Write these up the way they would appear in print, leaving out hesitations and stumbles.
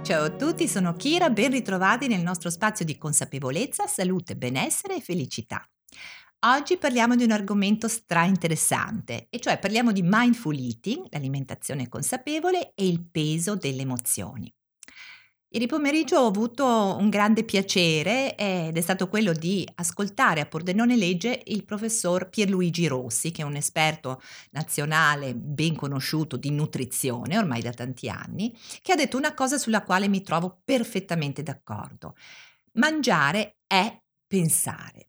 Ciao a tutti, sono Kira, ben ritrovati nel nostro spazio di consapevolezza, salute, benessere e felicità. Oggi parliamo di un argomento stra-interessante, e cioè parliamo di mindful eating, l'alimentazione consapevole e il peso delle emozioni. Ieri pomeriggio ho avuto un grande piacere ed è stato quello di ascoltare a Pordenone Legge il professor Pierluigi Rossi, che è un esperto nazionale ben conosciuto di nutrizione ormai da tanti anni, che ha detto una cosa sulla quale mi trovo perfettamente d'accordo. Mangiare è pensare.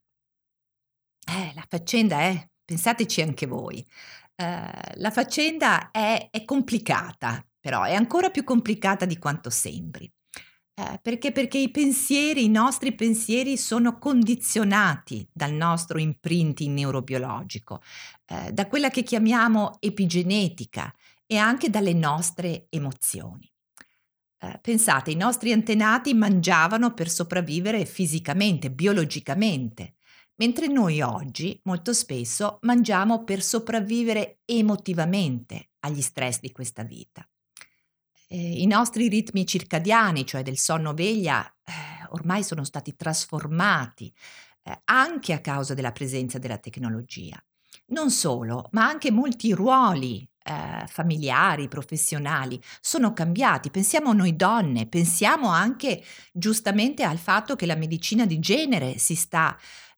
La faccenda è pensateci anche voi. La faccenda è complicata, però è ancora più complicata di quanto sembri. Perché i nostri pensieri sono condizionati dal nostro imprinting neurobiologico, da quella che chiamiamo epigenetica e anche dalle nostre emozioni. Pensate, i nostri antenati mangiavano per sopravvivere fisicamente, biologicamente, mentre noi oggi molto spesso mangiamo per sopravvivere emotivamente agli stress di questa vita. I nostri ritmi circadiani, cioè del sonno-veglia, ormai sono stati trasformati, anche a causa della presenza della tecnologia. Non solo, ma anche molti ruoli, familiari, professionali sono cambiati. Pensiamo a noi donne, pensiamo anche giustamente al fatto che la medicina di genere si sta,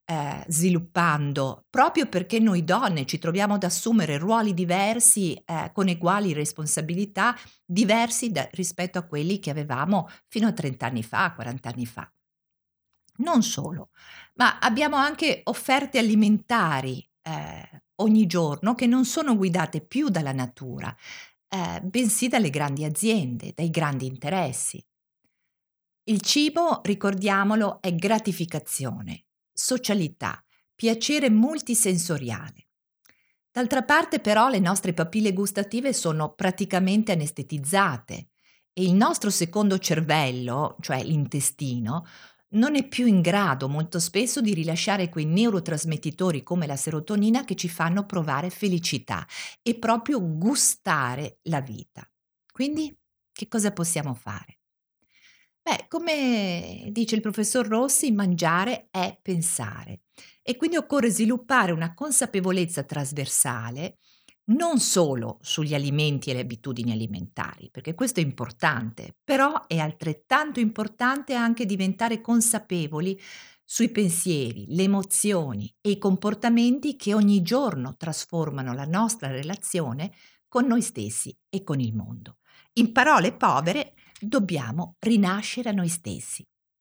sviluppando proprio perché noi donne ci troviamo ad assumere ruoli diversi, con eguali responsabilità, diversi rispetto a quelli che avevamo fino a 30 anni fa, 40 anni fa. Non solo, ma abbiamo anche offerte alimentari, ogni giorno che non sono guidate più dalla natura, bensì dalle grandi aziende, dai grandi interessi. Il cibo, ricordiamolo, è gratificazione, socialità, piacere multisensoriale. D'altra parte però le nostre papille gustative sono praticamente anestetizzate e il nostro secondo cervello, cioè l'intestino, non è più in grado molto spesso di rilasciare quei neurotrasmettitori come la serotonina che ci fanno provare felicità e proprio gustare la vita. Quindi che cosa possiamo fare? Beh, come dice il professor Rossi, mangiare è pensare e quindi occorre sviluppare una consapevolezza trasversale non solo sugli alimenti e le abitudini alimentari, perché questo è importante, però è altrettanto importante anche diventare consapevoli sui pensieri, le emozioni e i comportamenti che ogni giorno trasformano la nostra relazione con noi stessi e con il mondo. In parole povere, dobbiamo rinascere a noi stessi.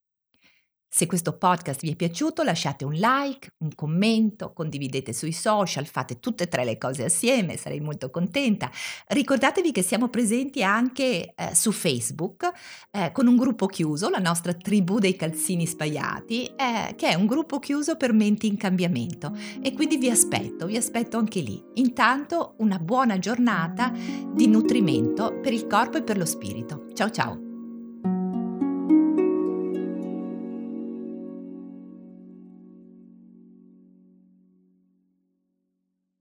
Se questo podcast vi è piaciuto lasciate un like, un commento, condividete sui social, fate tutte e tre le cose assieme, sarei molto contenta. Ricordatevi che siamo presenti anche su Facebook con un gruppo chiuso, la nostra tribù dei calzini spaiati, che è un gruppo chiuso per menti in cambiamento e quindi vi aspetto anche lì. Intanto una buona giornata di nutrimento per il corpo e per lo spirito. Ciao ciao!